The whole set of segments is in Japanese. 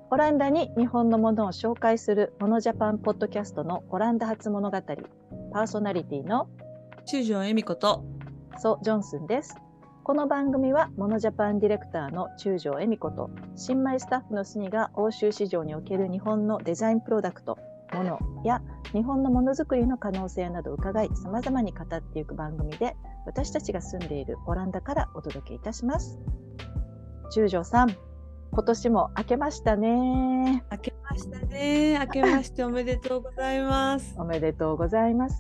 オランダに日本のものを紹介するモノジャパンポッドキャストのオランダ発物語、パーソナリティの中条恵美子とソ・ジョンスンです。この番組はモノジャパンディレクターの中条恵美子と新米スタッフのスニが欧州市場における日本のデザインプロダクト、ものや日本のものづくりの可能性などを伺い、様々に語っていく番組で、私たちが住んでいるオランダからお届けいたします。中条さん、今年も明けましたね。 明けましたね。明けましておめでとうございます。 おめでとうございます。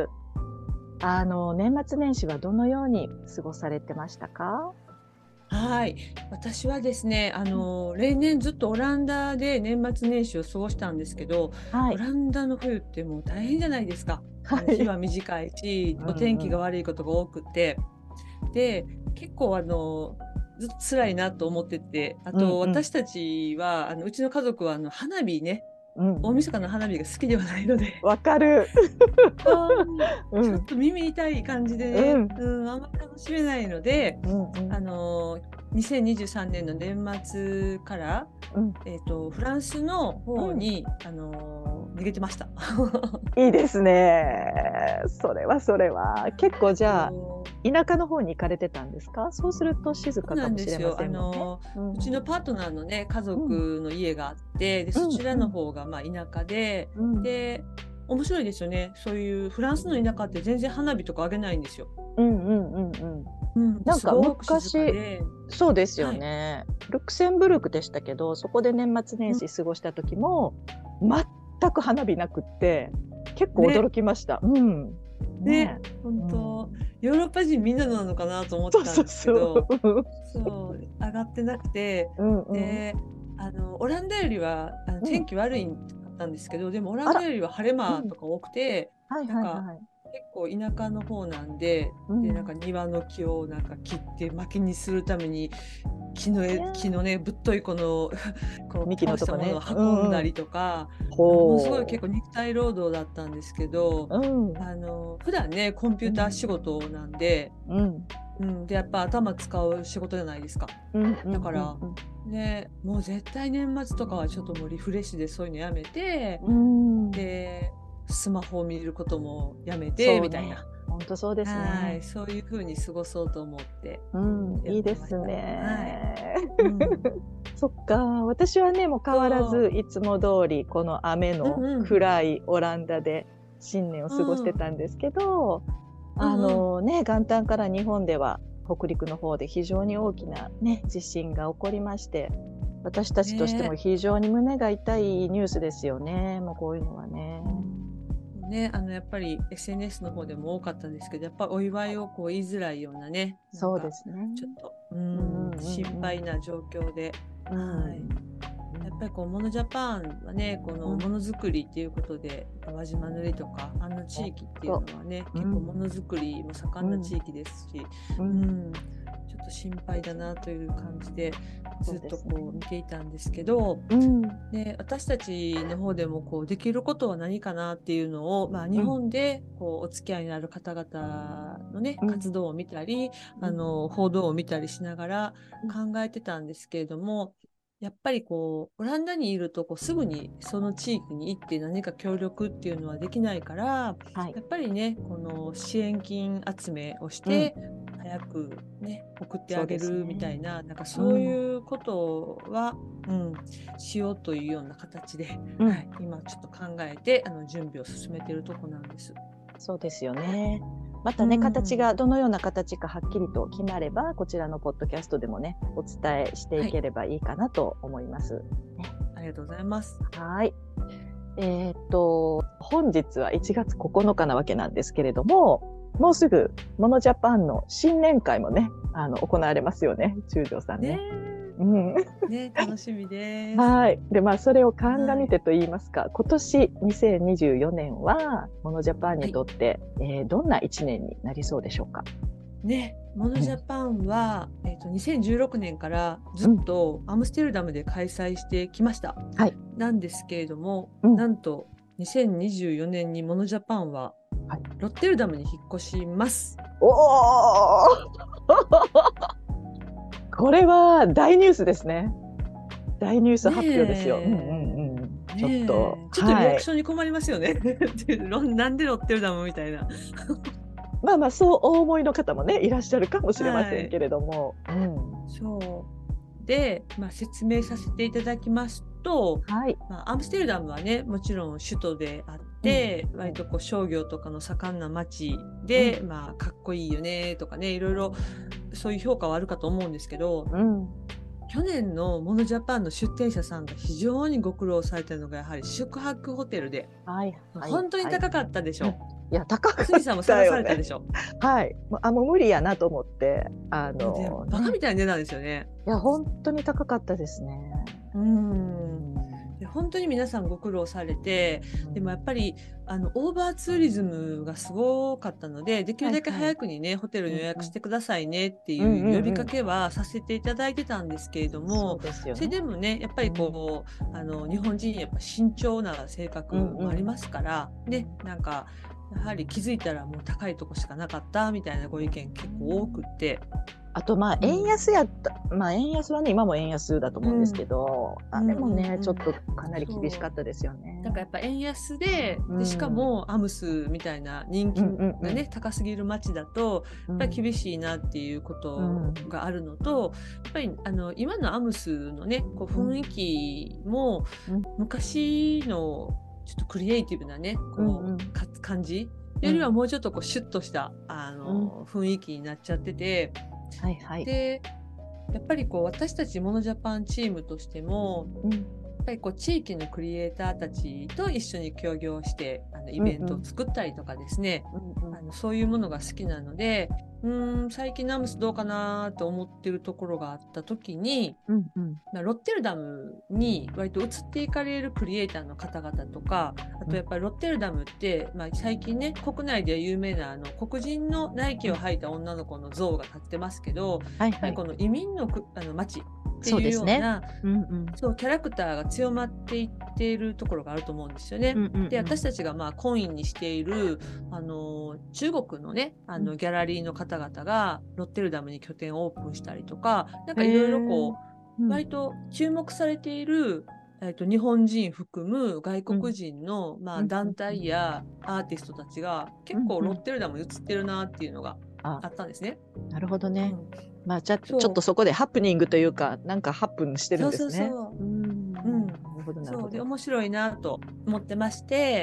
年末年始はどのように過ごされてましたか？ はい、私はですね、例年ずっとオランダで年末年始を過ごしたんですけど、 はい、 オランダの冬ってもう大変じゃないですか。 はい、 日は短いし、お天気が悪いことが多くて、で、結構ずっと辛いなと思ってて、あと私たちはうちの家族は花火ね、大晦日の花火が好きではないので、 わかる。 ちょっと耳痛い感じでね、あんまり楽しめないので、2023年の年末から、フランスの方に、逃げてました。 いいですね。それは結構じゃあ田舎の方に行かれてたんですか？そうすると静かかもしれませんもんね。 うちのパートナーのね、家族の家があって、でそちらの方が田舎で、で面白いですよね。そういうフランスの田舎って全然花火とかあげないんですよ。 なんか昔そうですよね、ルクセンブルクでしたけど、そこで年末年始過ごした時も、全く花火なくって結構驚きました。 ね、本当、ヨーロッパ人みんななのかなと思ってたんですけど、そう上がってなくて、でオランダよりは天気悪いかったんですけど、でもオランダよりは晴れ間とか多くて、なんか結構田舎の方なんで、でなんか庭の木をなんか切って薪にするために木のね、ぶっといこの幹のとこね、 運んだりとか、ものすごい結構肉体労働だったんですけど、普段ねコンピューター仕事なんで、でやっぱ頭使う仕事じゃないですか。だからね、もう絶対年末とかはちょっともうリフレッシュでそういうのやめて、でスマホを見ることもやめて、みたいな。 本当そうですね。 そういう風に過ごそうと思って、 いいですね。そっか、私はねもう変わらずいつも通りこの雨の暗いオランダで新年を過ごしてたんですけど、元旦から日本では北陸の方で非常に大きなね地震が起こりまして、私たちとしても非常に胸が痛いニュースですよね。もうこういうのはね。 やっぱり SNS の方でも多かったんですけど、やっぱお祝いをこう言いづらいようなね、 そうですね、 ちょっと心配な状況で、やっぱりこうモノジャパンはね、このものづくりっていうことで、輪島塗とか地域っていうのはね、結構ものづくりも盛んな地域ですし、ちょっと心配だなという感じでずっとこう見ていたんですけど、で私たちの方でもこうできることは何かなっていうのを、日本でこうお付き合いになる方々のね、活動を見たり、報道を見たりしながら考えてたんですけれども、やっぱりこうオランダにいるとこうすぐにその地域に行って何か協力っていうのはできないから、やっぱりねこの支援金集めをして、早くね送ってあげるみたいな、なんかそういうことは、しようというような形で、今ちょっと考えて準備を進めているとこなんです。 そうですよね。またね、形がどのような形かはっきりと決まれば、こちらのポッドキャストでもねお伝えしていければいいかなと思います、 ありがとうございます。 はい。本日は1月9日なわけなんですけれども、もうすぐモノジャパンの新年会もね行われますよね、中条さんね。 楽しみです。 はい。で、それを鑑みてと言いますか、今年2024年はモノジャパンにとって、どんな1年になりそうでしょうか？ モノジャパンは、2016年からずっとアムステルダムで開催してきました。なんですけれども、なんと2024年にモノジャパンはロッテルダムに引っ越します。 これは大ニュースですね。 大ニュース発表ですよ。ちょっとリアクションに困りますよね。なんでロッテルダムみたいな。 まあまあそうお思いの方もねいらっしゃるかもしれませんけれども、 そうで、説明させていただきますと、アムステルダムはねもちろん首都であって、割とこう商業とかの盛んな街で、かっこいいよねとかね、いろいろそういう評価はあるかと思うんですけど、去年のモノジャパンの出店者さんが非常にご苦労されてるのがやはり宿泊ホテルで、本当に高かったでしょ。 いや高かったよね。 杉さんも探されたでしょ。 もう無理やなと思ってバカみたいな値段ですよね。 いや本当に高かったですね。 で本当に皆さんご苦労されて、でもやっぱりオーバーツーリズムがすごかったので、できるだけ早くにね、ホテルに予約してくださいねっていう呼びかけはさせていただいてたんですけれども、それでもねやっぱりこう日本人やっぱ慎重な性格もありますから、でなんかやはり気づいたらもう高いとこしかなかったみたいなご意見結構多くって。 あと円安やった、円安はね今も円安だと思うんですけど、でもねちょっとかなり厳しかったですよね。 だからやっぱ円安で、しかもアムスみたいな人気がね、高すぎる街だとやっぱり厳しいなっていうことがあるのと、やっぱり今のアムスのねこう雰囲気も昔のちょっとクリエイティブなねこう感じよりはもうちょっとこうシュッとした雰囲気になっちゃってて。でやっぱりこう私たちモノジャパンチームとしても、やっぱりこう地域のクリエイターたちと一緒に協業してイベントを作ったりとかですね、そういうものが好きなので、最近アムスどうかなと思ってるところがあった時に、ロッテルダムに割と移っていかれるクリエイターの方々とか、あとやっぱりロッテルダムって、最近ね国内では有名な黒人のナイキを履いた女の子の像が立ってますけど、やっぱりこの移民の街っていうようなそうキャラクターが強まっていっているところがあると思うんですよね。で私たちが懇意にしている中国のねギャラリーの方々がロッテルダムに拠点をオープンしたりとか、なんかいろいろこう割と注目されている日本人含む外国人の団体やアーティストたちが結構ロッテルダムに移ってるなっていうのがあったんですね。 なるほどね。ちょっとそこでハプニングというかなんかハプンしてるんですね。 そうで面白いなと思ってまして、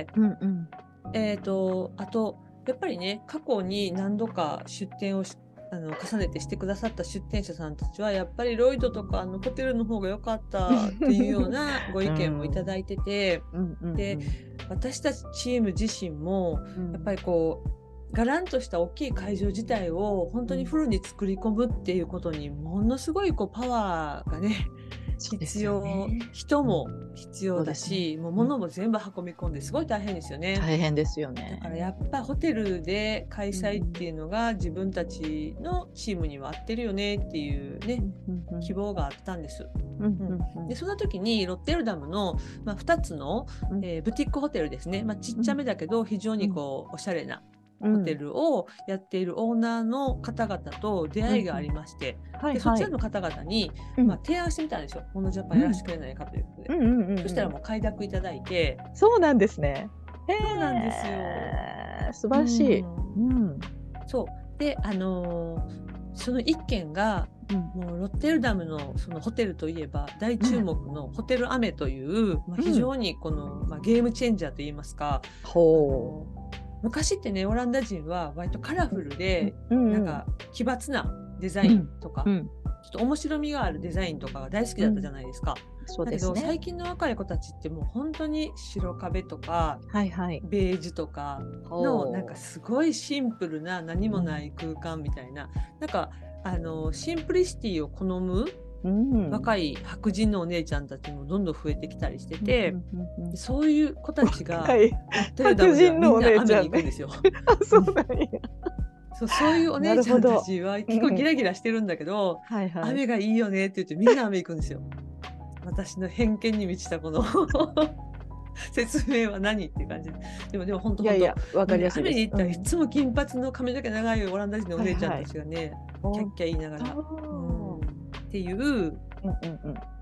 あとやっぱりね過去に何度か出店を重ねてしてくださった出店者さんたちはやっぱりロイドとかホテルの方が良かったっていうようなご意見もいただいてて、で私たちチーム自身もやっぱりこうガランとした大きい会場自体を本当にフルに作り込むっていうことにものすごいこうパワーがね必要、人も必要だし、もう物も全部運び込んですごい大変ですよね。 大変ですよね。 だからやっぱホテルで開催っていうのが自分たちのチームには合ってるよねっていうね、希望があったんです。でその時にロッテルダムの、2つの、ブティックホテルですね、ちっちゃめだけど非常にこうおしゃれなホテルをやっているオーナーの方々と出会いがありまして、でそちらの方々に、提案してみたんですよ。モノジャパンやらせてくれないかということで、そしたらもう快諾いただいて。 そうなんですね。 そうなんですよ。 素晴らしい。 そうでその一件が、もうロッテルダムのそのホテルといえば大注目のホテルアメという、非常にこの、ゲームチェンジャーといいますか、昔ってねオランダ人は割とカラフルで、なんか奇抜なデザインとか、ちょっと面白みがあるデザインとかが大好きだったじゃないですか。だけど最近の若い子たちってもう本当に白壁とか、ベージュとかのなんかすごいシンプルな何もない空間みたいな、なんかシンプリシティを好む若い白人のお姉ちゃんたちもどんどん増えてきたりしてて、そういう子たちが白人のお姉ちゃんに行くんですよ。そういうお姉ちゃんたちは結構ギラギラしてるんだけど、雨がいいよねって言ってみんな雨行くんですよ。私の偏見に満ちたこの説明は何っていう感じでも本当分かりやすいです。雨に行ったらいつも金髪の髪の毛長いオランダ人のお姉ちゃんたちがね、キャッキャ言いながら、っていう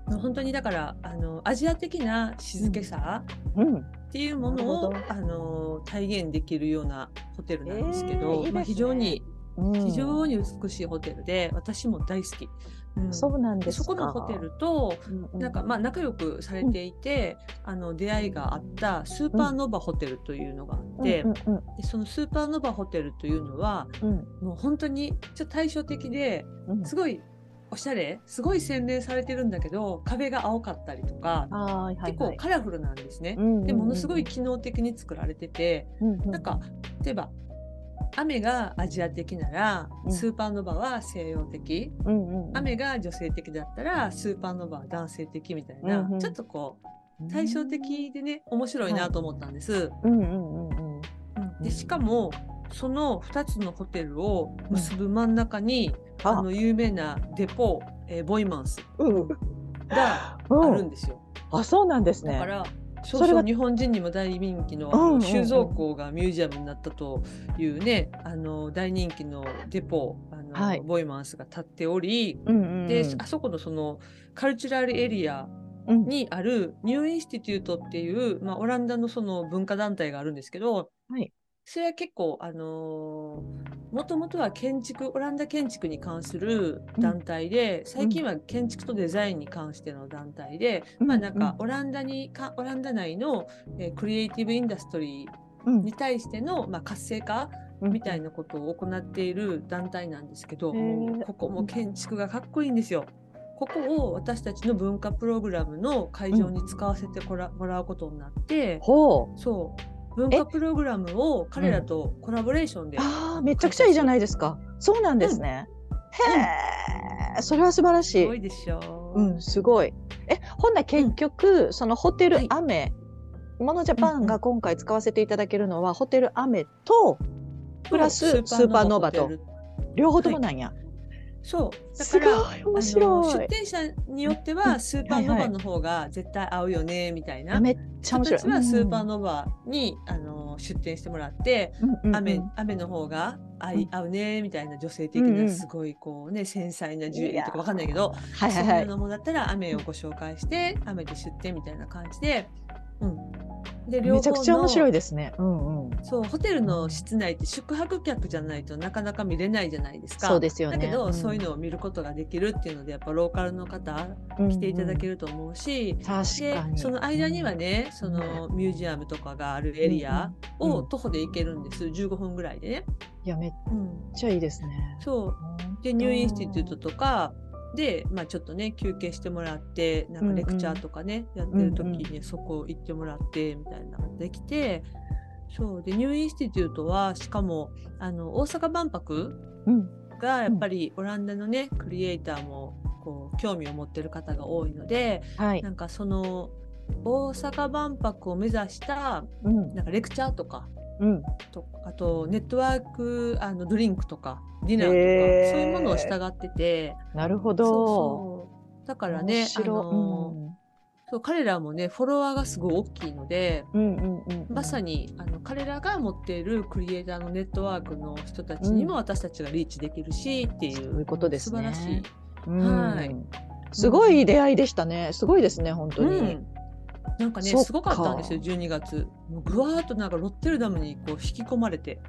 本当にだからアジア的な静けさっていうものを体現できるようなホテルなんですけど、まあ、非常に美しいホテルで私も大好き。 そうなんですか。 そこのホテルとなんかまあ仲良くされていて、出会いがあったスーパーノヴァホテルというのがあって、でそのスーパーノヴァホテルというのは、もう本当にちょっと対照的ですごいおしゃれ、すごい洗練されてるんだけど壁が青かったりとか、結構カラフルなんですね。でものすごい機能的に作られてて、なんか例えば雨がアジア的ならスーパーノヴァは西洋的、雨が女性的だったらスーパーノヴァは男性的みたいな、ちょっとこう対照的でね面白いなと思ったんです。でしかもその2つのホテルを結ぶ真ん中に、有名なデポボイマンスがあるんですよ。 あ、そうなんですね。 だからそう日本人にも大人気の収蔵庫がミュージアムになったというね、大人気のデポボイマンスが建っており、であそこのそのカルチュラルエリアにあるニューインスティテュートっていう、まあ、オランダのその文化団体があるんですけど、それは結構もともとはオランダ建築に関する団体で、最近は建築とデザインに関しての団体で、まあなんかオランダ内の、クリエイティブインダストリーに対しての、まあ、活性化みたいなことを行っている団体なんですけど、もうここも建築がかっこいいんですよ。ここを私たちの文化プログラムの会場に使わせてもらうことになって、そう文化プログラムを彼らとコラボレーションで、 めちゃくちゃいいじゃないですか。そうなんですね。へえ、それは素晴らしい。 すごいでしょ。 すごい。ほんな結局、そのホテルアメ、モノジャパンが今回使わせていただけるのは、ホテルアメとプラススーパーノーバと両方ともなんや。 そうだから面白い。 出店者によってはスーパーノヴァの方が絶対合うよねみたいな、 めっちゃ面白い。 人たちはスーパーノヴァに出店してもらって、雨の方が合うねみたいな、女性的なすごいこうね繊細なジュエリーとかわかんないけど、そういうのもだったら雨をご紹介して雨で出店みたいな感じで。でめちゃくちゃ面白いですね。 そうホテルの室内って宿泊客じゃないとなかなか見れないじゃないですか。 そうですよね。 だけど、そういうのを見ることができるっていうのでやっぱローカルの方来ていただけると思うし、 確かにでその間にはね、そのミュージアムとかがあるエリアを徒歩で行けるんです。15分ぐらいでね。 いやめっちゃいいですね。 そうでニューインスティテュートとかで、まあ、ちょっとね休憩してもらってなんかレクチャーとかね、やってる時にそこ行ってもらってみたいなのができて、そうでニューインスティテュートはしかも大阪万博がやっぱりオランダのねクリエイターもこう興味を持ってる方が多いので、なんかその大阪万博を目指したなんかレクチャーとか、あとネットワークドリンクとかディナーとか、そういうものを従ってて。 なるほど。 そうだからねそう彼らもねフォロワーがすごい大きいので、まさに彼らが持っているクリエイターのネットワークの人たちにも私たちがリーチできるしっていう、 そういうことですね。 素晴らしい。 すごい出会いでしたね。すごいですね本当に。 なんかねすごかったんですよ12月。もうぐわーっとなんかロッテルダムにこう引き込まれて。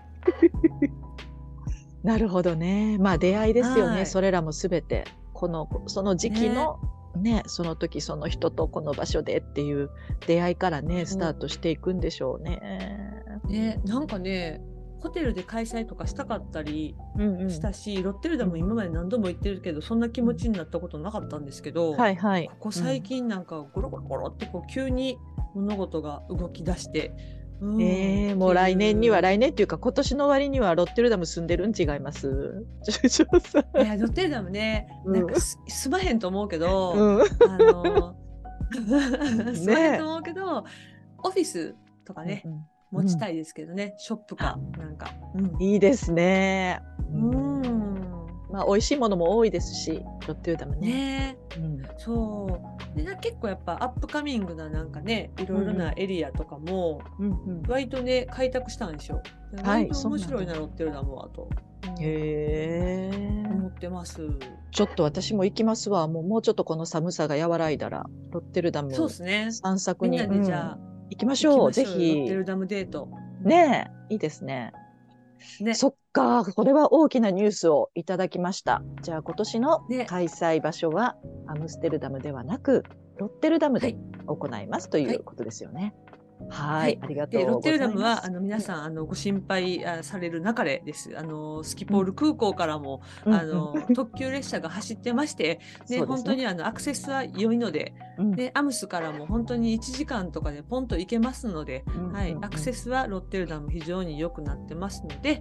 なるほどね。まあ出会いですよね。それらもすべてその時期のね、その時その人とこの場所でっていう出会いからねスタートしていくんでしょうね。 なんかねホテルで開催とかしたかったりしたし、ロッテルダム今まで何度も行ってるけどそんな気持ちになったことなかったんですけど、ここ最近なんかゴロゴロゴロってこう急に物事が動き出して。 もう来年っていうか今年の終わりにはロッテルダム住んでるん違います？ いやロッテルダムね、なんか住まへんと思うけど、住まへんと思うけどオフィスとかね、持ちたいですけどね、ショップかなんか、 いいですね。まあ美味しいものも多いですしロッテルダムね。 そうで結構やっぱアップカミングななんかねいろいろなエリアとかも割とね開拓したんですよ。割と面白いなロッテルダムはと思ってます。 ちょっと私も行きますわ。もうちょっとこの寒さが和らいだらロッテルダム散策に、 みんなでじゃあ行きましょう。ぜひ。 ロッテルダムデート。 ねえ、いいですね。そっか、これは大きなニュースをいただきました。じゃあ今年の開催場所はアムステルダムではなくロッテルダムで行いますということですよね。はい、ありがとうございます。 ロッテルダムは皆さんご心配される中でです。スキポール空港からも特急列車が走ってまして、本当にアクセスは良いので、アムスからも本当に1時間とかでポンと行けますので、アクセスはロッテルダム非常に良くなってますので、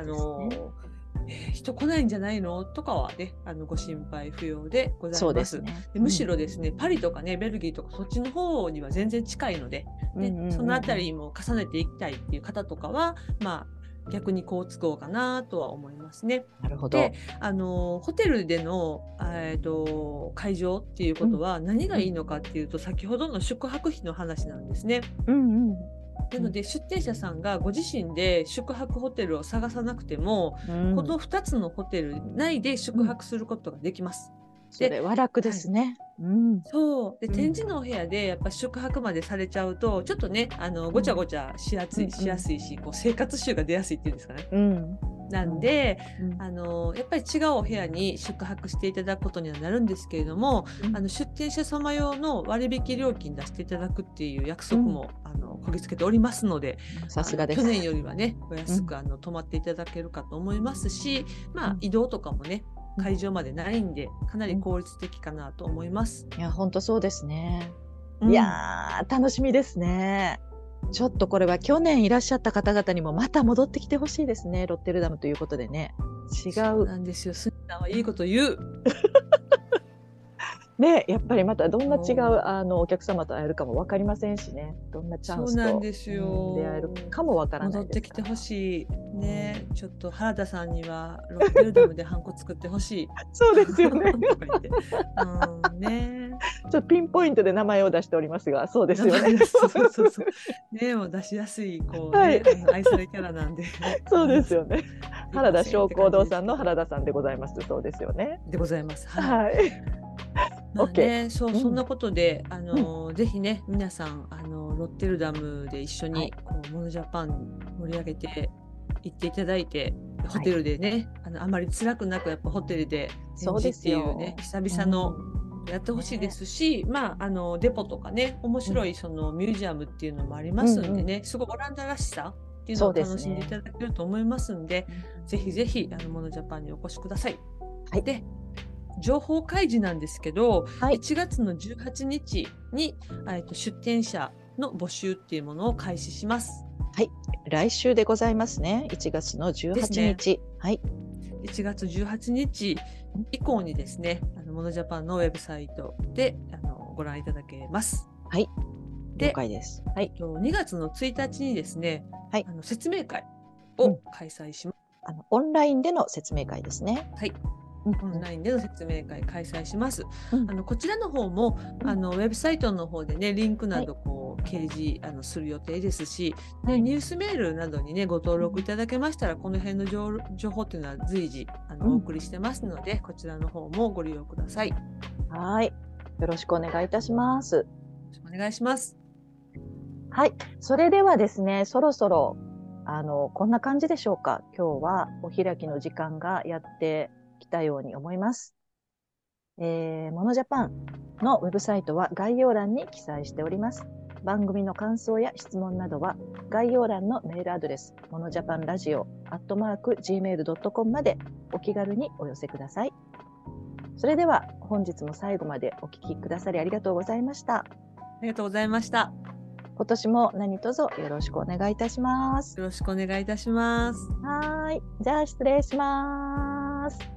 人来ないんじゃないのとかはねご心配不要でございます。でむしろですね、パリとかねベルギーとかそっちの方には全然近いので、そのあたりも重ねていきたいっていう方とかは逆に好都合かなとは思いますね。 なるほど。 でホテルでの、会場っていうことは何がいいのかっていうと、先ほどの宿泊費の話なんですね。なので出店者さんがご自身で宿泊ホテルを探さなくても、この2つのホテル内で宿泊することができます。 それは楽ですね。 そうで展示のお部屋でやっぱ宿泊までされちゃうとちょっとねごちゃごちゃしやすいし、こう生活習が出やすいっていうんですかね。なんで、やっぱり違うお部屋に宿泊していただくことにはなるんですけれども、出店者様用の割引料金出していただくっていう約束も、こぎつけておりますので、 さすがです。 去年よりはねお安く泊まっていただけるかと思いますし、移動とかもね会場までないんでかなり効率的かなと思います。 いや本当そうですね。いや楽しみですね。ちょっとこれは去年いらっしゃった方々にもまた戻ってきてほしいですね。ロッテルダムということでね。違う。 そうなんですよ。スンさんはいいこと言う。 ね、やっぱりまたどんな違うお客様と会えるかも分かりませんしね。どんなチャンスと出会えるかも分からないですから。戻ってきてほしいね。ちょっと原田さんにはロッテルダムでハンコ作ってほしい。 そうですよね。 ね。 ちょっとピンポイントで名前を出しておりますが、そうですよね。 ねも出しやすいこうね、愛されキャラなんで。 そうですよね。原田商工堂さんの原田さんでございます。そうですよね。 でございます。 はい。 そんなことでぜひね皆さんロッテルダムで一緒にモノジャパン盛り上げて行っていただいて、ホテルでねあまり辛くなくやっぱホテルで展示っていうね久々のやってほしいですし、デポとかね面白いそのミュージアムっていうのもありますんでね、すごいオランダらしさっていうのを楽しんでいただけると思いますんで、ぜひぜひモノジャパンにお越しください。で情報開示なんですけど、1月の18日に出店者の募集っていうものを開始します。 はい、来週でございますね。1月の18日。はい。 1月18日以降にですね、モノジャパンのウェブサイトでご覧いただけます。 はい。了解です。はい。 2月の1日にですね、説明会を開催します。 オンラインでの説明会ですね。 はい。オンラインでの説明会開催します。こちらの方もウェブサイトの方でねリンクなど掲示する予定ですし、ニュースメールなどにねご登録いただけましたらこの辺の情報っていうのは随時お送りしてますので、こちらの方もご利用ください。 はい、よろしくお願いいたします。よろしくお願いします。 はい、それではですね、そろそろこんな感じでしょうか。今日はお開きの時間がやってきたように思います。モノジャパンのウェブサイトは概要欄に記載しております。番組の感想や質問などは概要欄のメールアドレスモノジャパンラジオ@gmail.com までお気軽にお寄せください。それでは本日も最後までお聞きくださりありがとうございました。 ありがとうございました。 今年も何卒よろしくお願いいたします。 よろしくお願いいたします。 はい、じゃあ失礼します。